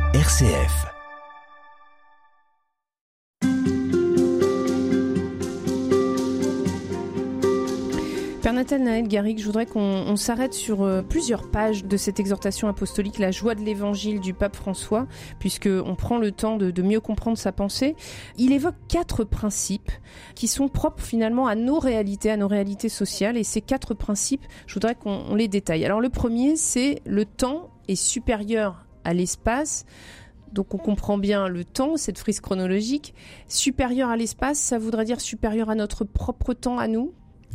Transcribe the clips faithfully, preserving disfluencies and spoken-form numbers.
R C F. Père Nathanaël Garrigue, je voudrais qu'on on s'arrête sur euh, plusieurs pages de cette exhortation apostolique, la joie de l'évangile du pape François, puisqu'on prend le temps de, de mieux comprendre sa pensée. Il évoque quatre principes qui sont propres finalement à nos réalités, à nos réalités sociales, et ces quatre principes, je voudrais qu'on on les détaille. Alors le premier, c'est le temps est supérieur à l'espace. Donc on comprend bien le temps, cette frise chronologique. Supérieur à l'espace, ça voudrait dire supérieur à notre propre temps à nous ?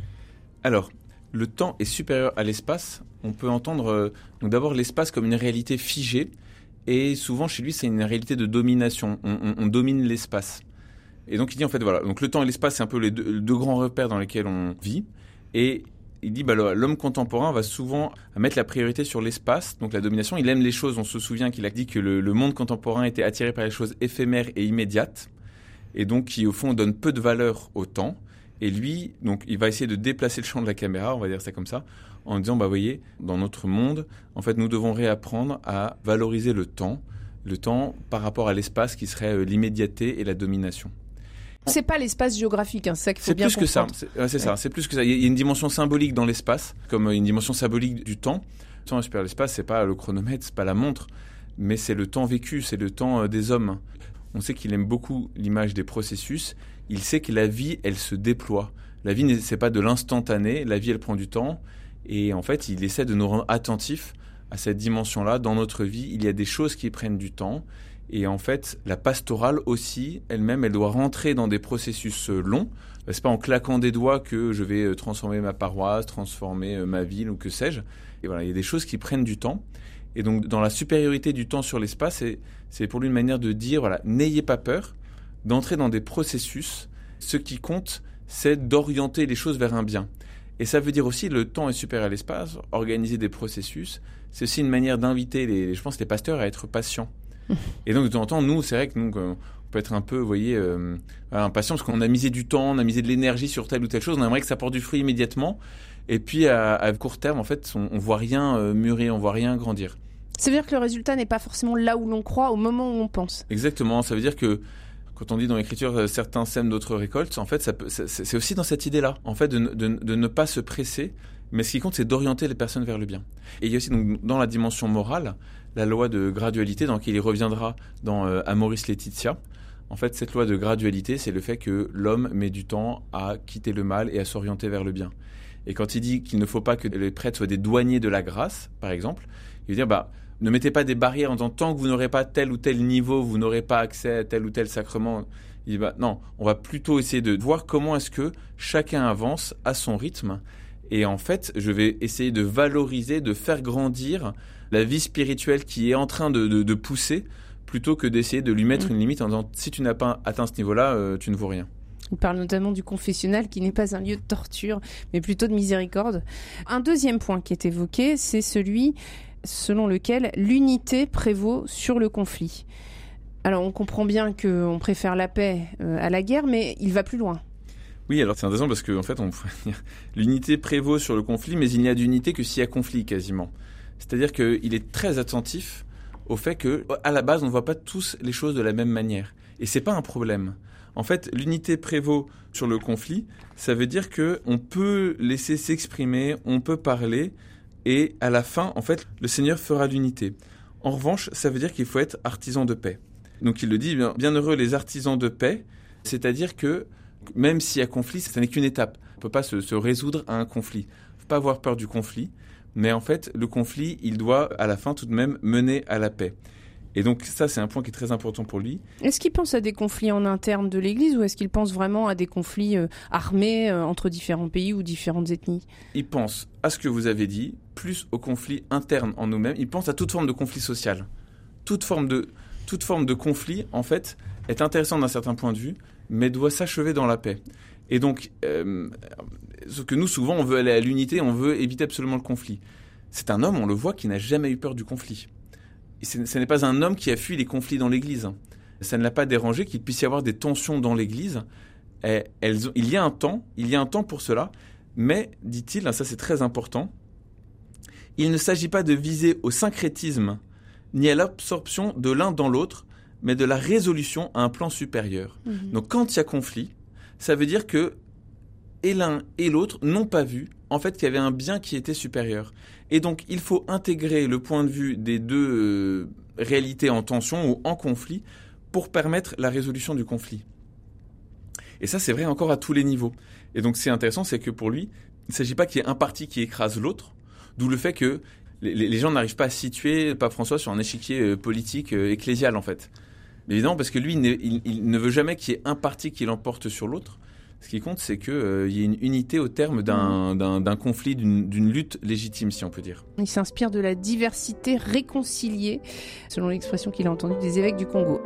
Alors, le temps est supérieur à l'espace. On peut entendre euh, donc d'abord l'espace comme une réalité figée, et souvent chez lui c'est une réalité de domination. On, on, on domine l'espace. Et donc il dit en fait voilà, donc le temps et l'espace c'est un peu les deux, deux grands repères dans lesquels on vit. Et il dit bah l'homme contemporain va souvent mettre la priorité sur l'espace, donc la domination. Il aime les choses. On se souvient qu'il a dit que le, le monde contemporain était attiré par les choses éphémères et immédiates, et donc qui au fond donne peu de valeur au temps. Et lui, donc, il va essayer de déplacer le champ de la caméra, on va dire ça comme ça, en disant, bah, vous voyez, dans notre monde, en fait, nous devons réapprendre à valoriser le temps, le temps par rapport à l'espace qui serait euh, l'immédiateté et la domination. C'est pas l'espace géographique, hein, c'est ça qu'il faut c'est bien plus comprendre. que ça. C'est, ouais, c'est ouais. ça. C'est plus que ça. Il y a une dimension symbolique dans l'espace, comme une dimension symbolique du temps. Le temps supérieur à l'espace, c'est pas le chronomètre, c'est pas la montre, mais c'est le temps vécu, c'est le temps des hommes. On sait qu'il aime beaucoup l'image des processus. Il sait que la vie, elle se déploie. La vie, c'est pas de l'instantané. La vie, elle prend du temps. Et en fait, il essaie de nous rendre attentifs à cette dimension-là. Dans notre vie, il y a des choses qui prennent du temps. Et en fait, la pastorale aussi, elle-même, elle doit rentrer dans des processus longs. C'est pas en claquant des doigts que je vais transformer ma paroisse, transformer ma ville ou que sais-je. Et voilà, il y a des choses qui prennent du temps. Et donc, dans la supériorité du temps sur l'espace, c'est, c'est pour lui une manière de dire, voilà, n'ayez pas peur d'entrer dans des processus. Ce qui compte, c'est d'orienter les choses vers un bien. Et ça veut dire aussi, le temps est supérieur à l'espace, organiser des processus, c'est aussi une manière d'inviter, les, je pense, les pasteurs à être patients. Et donc, de temps en temps, nous, c'est vrai que nous, on peut être un peu, vous voyez, euh, impatients, parce qu'on a misé du temps, on a misé de l'énergie sur telle ou telle chose, on aimerait que ça porte du fruit immédiatement. Et puis, à, à court terme, en fait, on ne voit rien euh, mûrir, on ne voit rien grandir. Ça veut dire que le résultat n'est pas forcément là où l'on croit, au moment où on pense. Exactement, ça veut dire que quand on dit dans l'écriture euh, certains sèment, d'autres récoltent, en fait, ça peut, c'est, c'est aussi dans cette idée-là, en fait, de, de, de ne pas se presser, mais ce qui compte, c'est d'orienter les personnes vers le bien. Et il y a aussi donc, dans la dimension morale, la loi de gradualité, dans laquelle il reviendra dans euh, Amoris Laetitia. En fait, cette loi de gradualité, c'est le fait que l'homme met du temps à quitter le mal et à s'orienter vers le bien. Et quand il dit qu'il ne faut pas que les prêtres soient des douaniers de la grâce, par exemple, il veut dire, bah, ne mettez pas des barrières en disant tant que vous n'aurez pas tel ou tel niveau, vous n'aurez pas accès à tel ou tel sacrement. Il dit, bah, non, on va plutôt essayer de voir comment est-ce que chacun avance à son rythme. Et en fait, je vais essayer de valoriser, de faire grandir la vie spirituelle qui est en train de, de, de pousser, plutôt que d'essayer de lui mettre mmh. une limite en disant si tu n'as pas atteint ce niveau-là, euh, tu ne vaux rien. On parle notamment du confessionnal qui n'est pas un lieu de torture, mais plutôt de miséricorde. Un deuxième point qui est évoqué, c'est celui selon lequel l'unité prévaut sur le conflit. Alors on comprend bien qu'on préfère la paix à la guerre, mais il va plus loin. Oui, alors c'est intéressant parce qu'en fait, on pourrait dire l'unité prévaut sur le conflit, mais il n'y a d'unité que s'il y a conflit quasiment. C'est-à-dire qu'il est très attentif au fait qu'à la base, on ne voit pas tous les choses de la même manière. Et c'est pas un problème. En fait, l'unité prévaut sur le conflit, ça veut dire qu'on peut laisser s'exprimer, on peut parler, et à la fin, en fait, le Seigneur fera l'unité. En revanche, ça veut dire qu'il faut être artisan de paix. Donc il le dit, bien, bien heureux les artisans de paix, c'est-à-dire que même s'il y a conflit, ça n'est qu'une étape. On ne peut pas se, se résoudre à un conflit. Il ne faut pas avoir peur du conflit, mais en fait, le conflit, il doit à la fin tout de même mener à la paix. Et donc ça, c'est un point qui est très important pour lui. Est-ce qu'il pense à des conflits en interne de l'Église ou est-ce qu'il pense vraiment à des conflits euh, armés euh, entre différents pays ou différentes ethnies ? Il pense à ce que vous avez dit, plus aux conflits internes en nous-mêmes. Il pense à toute forme de conflit social. Toute forme de, toute forme de conflit, en fait, est intéressante d'un certain point de vue, mais doit s'achever dans la paix. Et donc, euh, ce que nous, souvent, on veut aller à l'unité, on veut éviter absolument le conflit. C'est un homme, on le voit, qui n'a jamais eu peur du conflit. Ce n'est pas un homme qui a fui les conflits dans l'Église. Ça ne l'a pas dérangé qu'il puisse y avoir des tensions dans l'Église. Et elles, il y a un temps, il y a un temps pour cela, mais, dit-il, ça c'est très important, il ne s'agit pas de viser au syncrétisme ni à l'absorption de l'un dans l'autre, mais de la résolution à un plan supérieur. Mmh. Donc quand il y a conflit, ça veut dire que et l'un et l'autre n'ont pas vu en fait qu'il y avait un bien qui était supérieur. Et donc il faut intégrer le point de vue des deux euh, réalités en tension ou en conflit pour permettre la résolution du conflit. Et ça, c'est vrai encore à tous les niveaux. Et donc c'est intéressant, c'est que pour lui, il ne s'agit pas qu'il y ait un parti qui écrase l'autre, d'où le fait que les, les gens n'arrivent pas à situer le pape François sur un échiquier euh, politique euh, ecclésial en fait. Mais évidemment, parce que lui, il ne, il, il ne veut jamais qu'il y ait un parti qui l'emporte sur l'autre. Ce qui compte, c'est qu'il euh, y ait une unité au terme d'un, d'un, d'un conflit, d'une, d'une lutte légitime, si on peut dire. Il s'inspire de la diversité réconciliée, selon l'expression qu'il a entendue des évêques du Congo.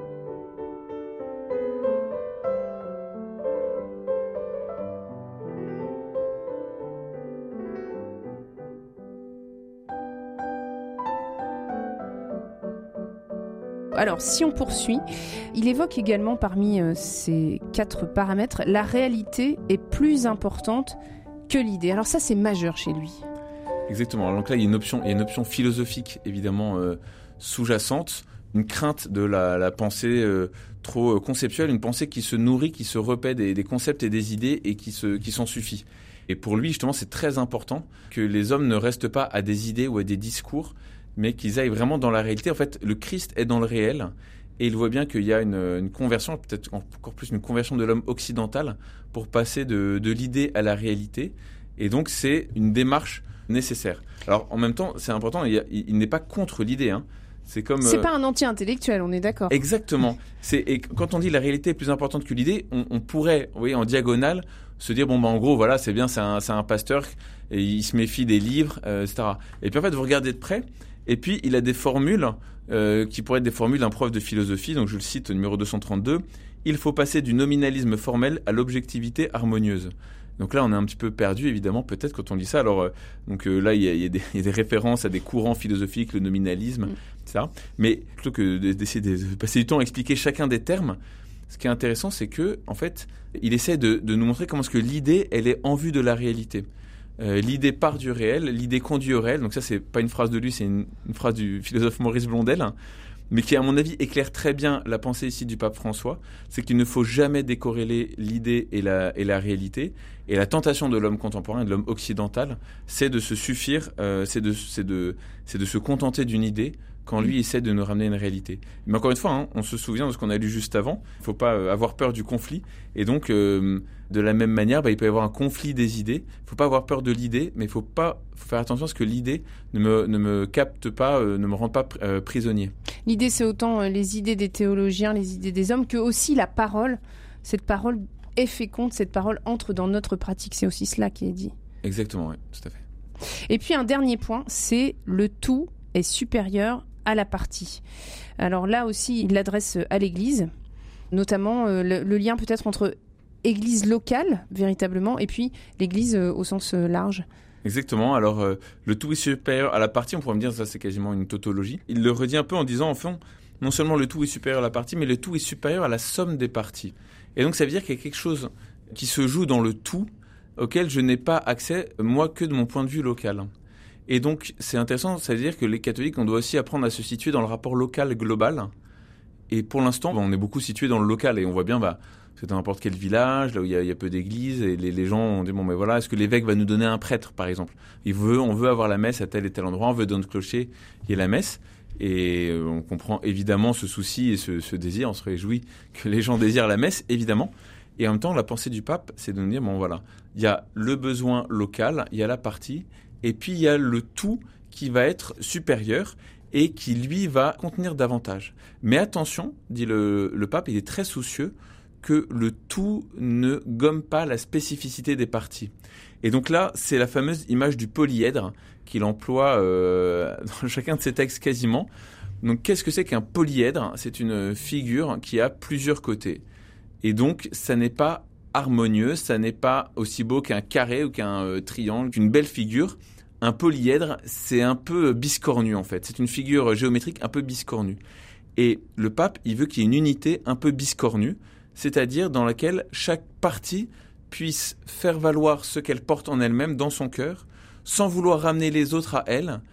Alors, si on poursuit, il évoque également parmi euh, ces quatre paramètres, la réalité est plus importante que l'idée. Alors ça, c'est majeur chez lui. Exactement. Alors, donc là, il y a une option, il y a une option philosophique, évidemment, euh, sous-jacente, une crainte de la, la pensée euh, trop conceptuelle, une pensée qui se nourrit, qui se repaît des, des concepts et des idées et qui, se, qui s'en suffit. Et pour lui, justement, c'est très important que les hommes ne restent pas à des idées ou à des discours, mais qu'ils aillent vraiment dans la réalité. En fait, le Christ est dans le réel, et il voit bien qu'il y a une, une conversion, peut-être encore plus une conversion de l'homme occidental, pour passer de, de l'idée à la réalité, et donc c'est une démarche nécessaire. Alors, en même temps, c'est important, il, a, il, il n'est pas contre l'idée, hein. C'est comme... C'est euh... pas un anti-intellectuel, on est d'accord. Exactement. C'est, et quand on dit la réalité est plus importante que l'idée, on, on pourrait, vous voyez, en diagonale, se dire, bon, bah, en gros, voilà, c'est bien, c'est un, c'est un pasteur, et il se méfie des livres, euh, et cetera. Et puis, en fait, vous regardez de près, et puis, il a des formules euh, qui pourraient être des formules d'un prof de philosophie. Donc, je le cite au numéro deux cent trente-deux. Il faut passer du nominalisme formel à l'objectivité harmonieuse. Donc là, on est un petit peu perdu, évidemment, peut-être, quand on lit ça. Alors, euh, donc, euh, là, il y, y, y a des références à des courants philosophiques, le nominalisme, mm. et cetera. Mais plutôt que d'essayer de passer du temps à expliquer chacun des termes, ce qui est intéressant, c'est que, en fait, il essaie de, de nous montrer comment est-ce que l'idée, elle est en vue de la réalité. Euh, l'idée part du réel, l'idée conduit au réel. Donc ça, c'est pas une phrase de lui, c'est une, une phrase du philosophe Maurice Blondel, hein, mais qui, à mon avis, éclaire très bien la pensée ici du pape François. C'est qu'il ne faut jamais décorréler l'idée et la, et la réalité. Et la tentation de l'homme contemporain et de l'homme occidental, c'est de se suffire, euh, c'est, de, c'est, de, c'est de se contenter d'une idée quand lui essaie de nous ramener une réalité. Mais encore une fois, hein, on se souvient de ce qu'on a lu juste avant. Il ne faut pas euh, avoir peur du conflit. Et donc, euh, de la même manière, bah, il peut y avoir un conflit des idées. Il ne faut pas avoir peur de l'idée, mais il faut, pas, faut faire attention à ce que l'idée ne me, ne me capte pas, euh, ne me rende pas euh, prisonnier. L'idée, c'est autant euh, les idées des théologiens, les idées des hommes, que aussi la parole. Cette parole est féconde, cette parole entre dans notre pratique. C'est aussi cela qui est dit. Exactement, oui, tout à fait. Et puis, un dernier point, c'est le tout est supérieur à la partie. Alors là aussi, il l'adresse à l'Église, notamment euh, le, le lien peut-être entre Église locale, véritablement, et puis l'Église euh, au sens euh, large. Exactement. Alors, euh, le tout est supérieur à la partie, on pourrait me dire, ça c'est quasiment une tautologie. Il le redit un peu en disant, en fond, non seulement le tout est supérieur à la partie, mais le tout est supérieur à la somme des parties. Et donc, ça veut dire qu'il y a quelque chose qui se joue dans le tout, auquel je n'ai pas accès, moi, que de mon point de vue local. Et donc, c'est intéressant, ça veut dire que les catholiques, on doit aussi apprendre à se situer dans le rapport local-global. Et pour l'instant, on est beaucoup situé dans le local. Et on voit bien, bah, c'est dans n'importe quel village, là où il y a, il y a peu d'églises. Et les, les gens ont dit, bon, mais voilà, est-ce que l'évêque va nous donner un prêtre, par exemple ? Il veut, on veut avoir la messe à tel et tel endroit, on veut dans notre clocher, il y a la messe. Et on comprend évidemment ce souci et ce, ce désir. On se réjouit que les gens désirent la messe, évidemment. Et en même temps, la pensée du pape, c'est de nous dire, bon, voilà, il y a le besoin local, il y a la partie, et puis il y a le tout qui va être supérieur et qui, lui, va contenir davantage. Mais attention, dit le, le pape, il est très soucieux que le tout ne gomme pas la spécificité des parties. Et donc là, c'est la fameuse image du polyèdre qu'il emploie euh, dans chacun de ses textes quasiment. Donc qu'est-ce que c'est qu'un polyèdre ? C'est une figure qui a plusieurs côtés. Et donc, ça n'est pas harmonieux, ça n'est pas aussi beau qu'un carré ou qu'un euh, triangle, qu'une belle figure. Un polyèdre, c'est un peu biscornu en fait. C'est une figure géométrique un peu biscornue. Et le pape, il veut qu'il y ait une unité un peu biscornue, c'est-à-dire dans laquelle chaque partie puisse faire valoir ce qu'elle porte en elle-même dans son cœur, sans vouloir ramener les autres à elle,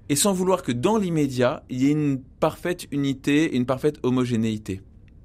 et sans vouloir que dans l'immédiat, il y ait une parfaite unité, une parfaite homogénéité.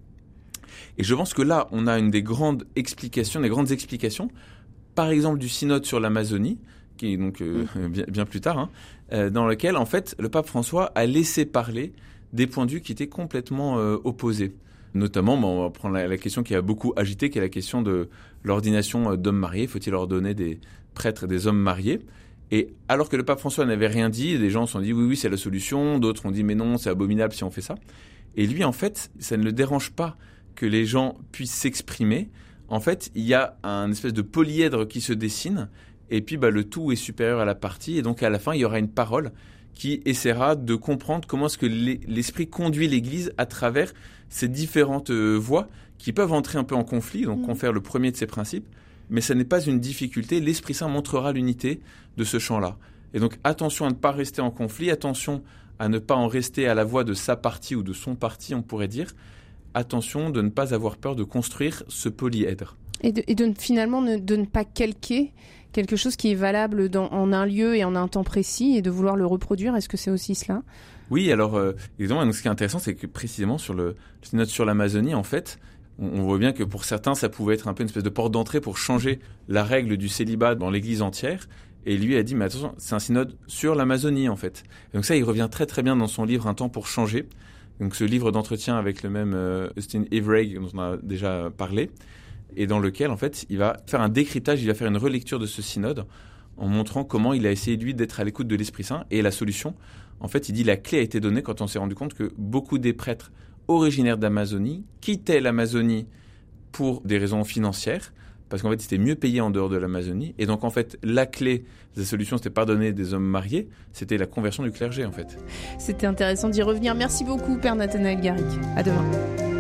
Et je pense que là, on a une des grandes explications, des grandes explications, par exemple du synode sur l'Amazonie, qui est donc euh, mmh. bien, bien plus tard, hein, euh, dans lequel, en fait, le pape François a laissé parler des points de vue qui étaient complètement euh, opposés. Notamment, bon, on va prendre la, la question qui a beaucoup agité, qui est la question de l'ordination d'hommes mariés. Faut-il ordonner des prêtres et des hommes mariés ? Et alors que le pape François n'avait rien dit, des gens se sont dit oui, oui, c'est la solution. D'autres ont dit mais non, c'est abominable si on fait ça. Et lui, en fait, ça ne le dérange pas que les gens puissent s'exprimer. En fait, il y a un espèce de polyèdre qui se dessine. Et puis, bah, le tout est supérieur à la partie. Et donc, à la fin, il y aura une parole qui essaiera de comprendre comment est-ce que l'esprit conduit l'Église à travers ces différentes euh, voies qui peuvent entrer un peu en conflit, donc mmh. confère le premier de ces principes, mais ça n'est pas une difficulté. L'Esprit Saint montrera l'unité de ce champ-là. Et donc, attention à ne pas rester en conflit, attention à ne pas en rester à la voix de sa partie ou de son parti, on pourrait dire. Attention de ne pas avoir peur de construire ce polyèdre. Et de, et de finalement ne, de ne pas calquer quelque chose qui est valable dans, en un lieu et en un temps précis et de vouloir le reproduire. Est-ce que c'est aussi cela ? Oui, alors, euh, évidemment, donc, ce qui est intéressant, c'est que précisément sur le, le synode sur l'Amazonie, en fait, on, on voit bien que pour certains, ça pouvait être un peu une espèce de porte d'entrée pour changer la règle du célibat dans l'Église entière. Et lui a dit, mais attention, c'est un synode sur l'Amazonie, en fait. Et donc ça, il revient très très bien dans son livre « Un temps pour changer ». Donc ce livre d'entretien avec le même euh, Austin Everegg, dont on a déjà parlé, et dans lequel, en fait, il va faire un décryptage, il va faire une relecture de ce synode en montrant comment il a essayé, lui, d'être à l'écoute de l'Esprit Saint. Et la solution, en fait, il dit la clé a été donnée quand on s'est rendu compte que beaucoup des prêtres originaires d'Amazonie quittaient l'Amazonie pour des raisons financières, parce qu'en fait, c'était mieux payé en dehors de l'Amazonie. Et donc, en fait, la clé de la solution, c'était pas donner des hommes mariés, c'était la conversion du clergé, en fait. C'était intéressant d'y revenir. Merci beaucoup, Père Nathanaël Garrigue. À demain.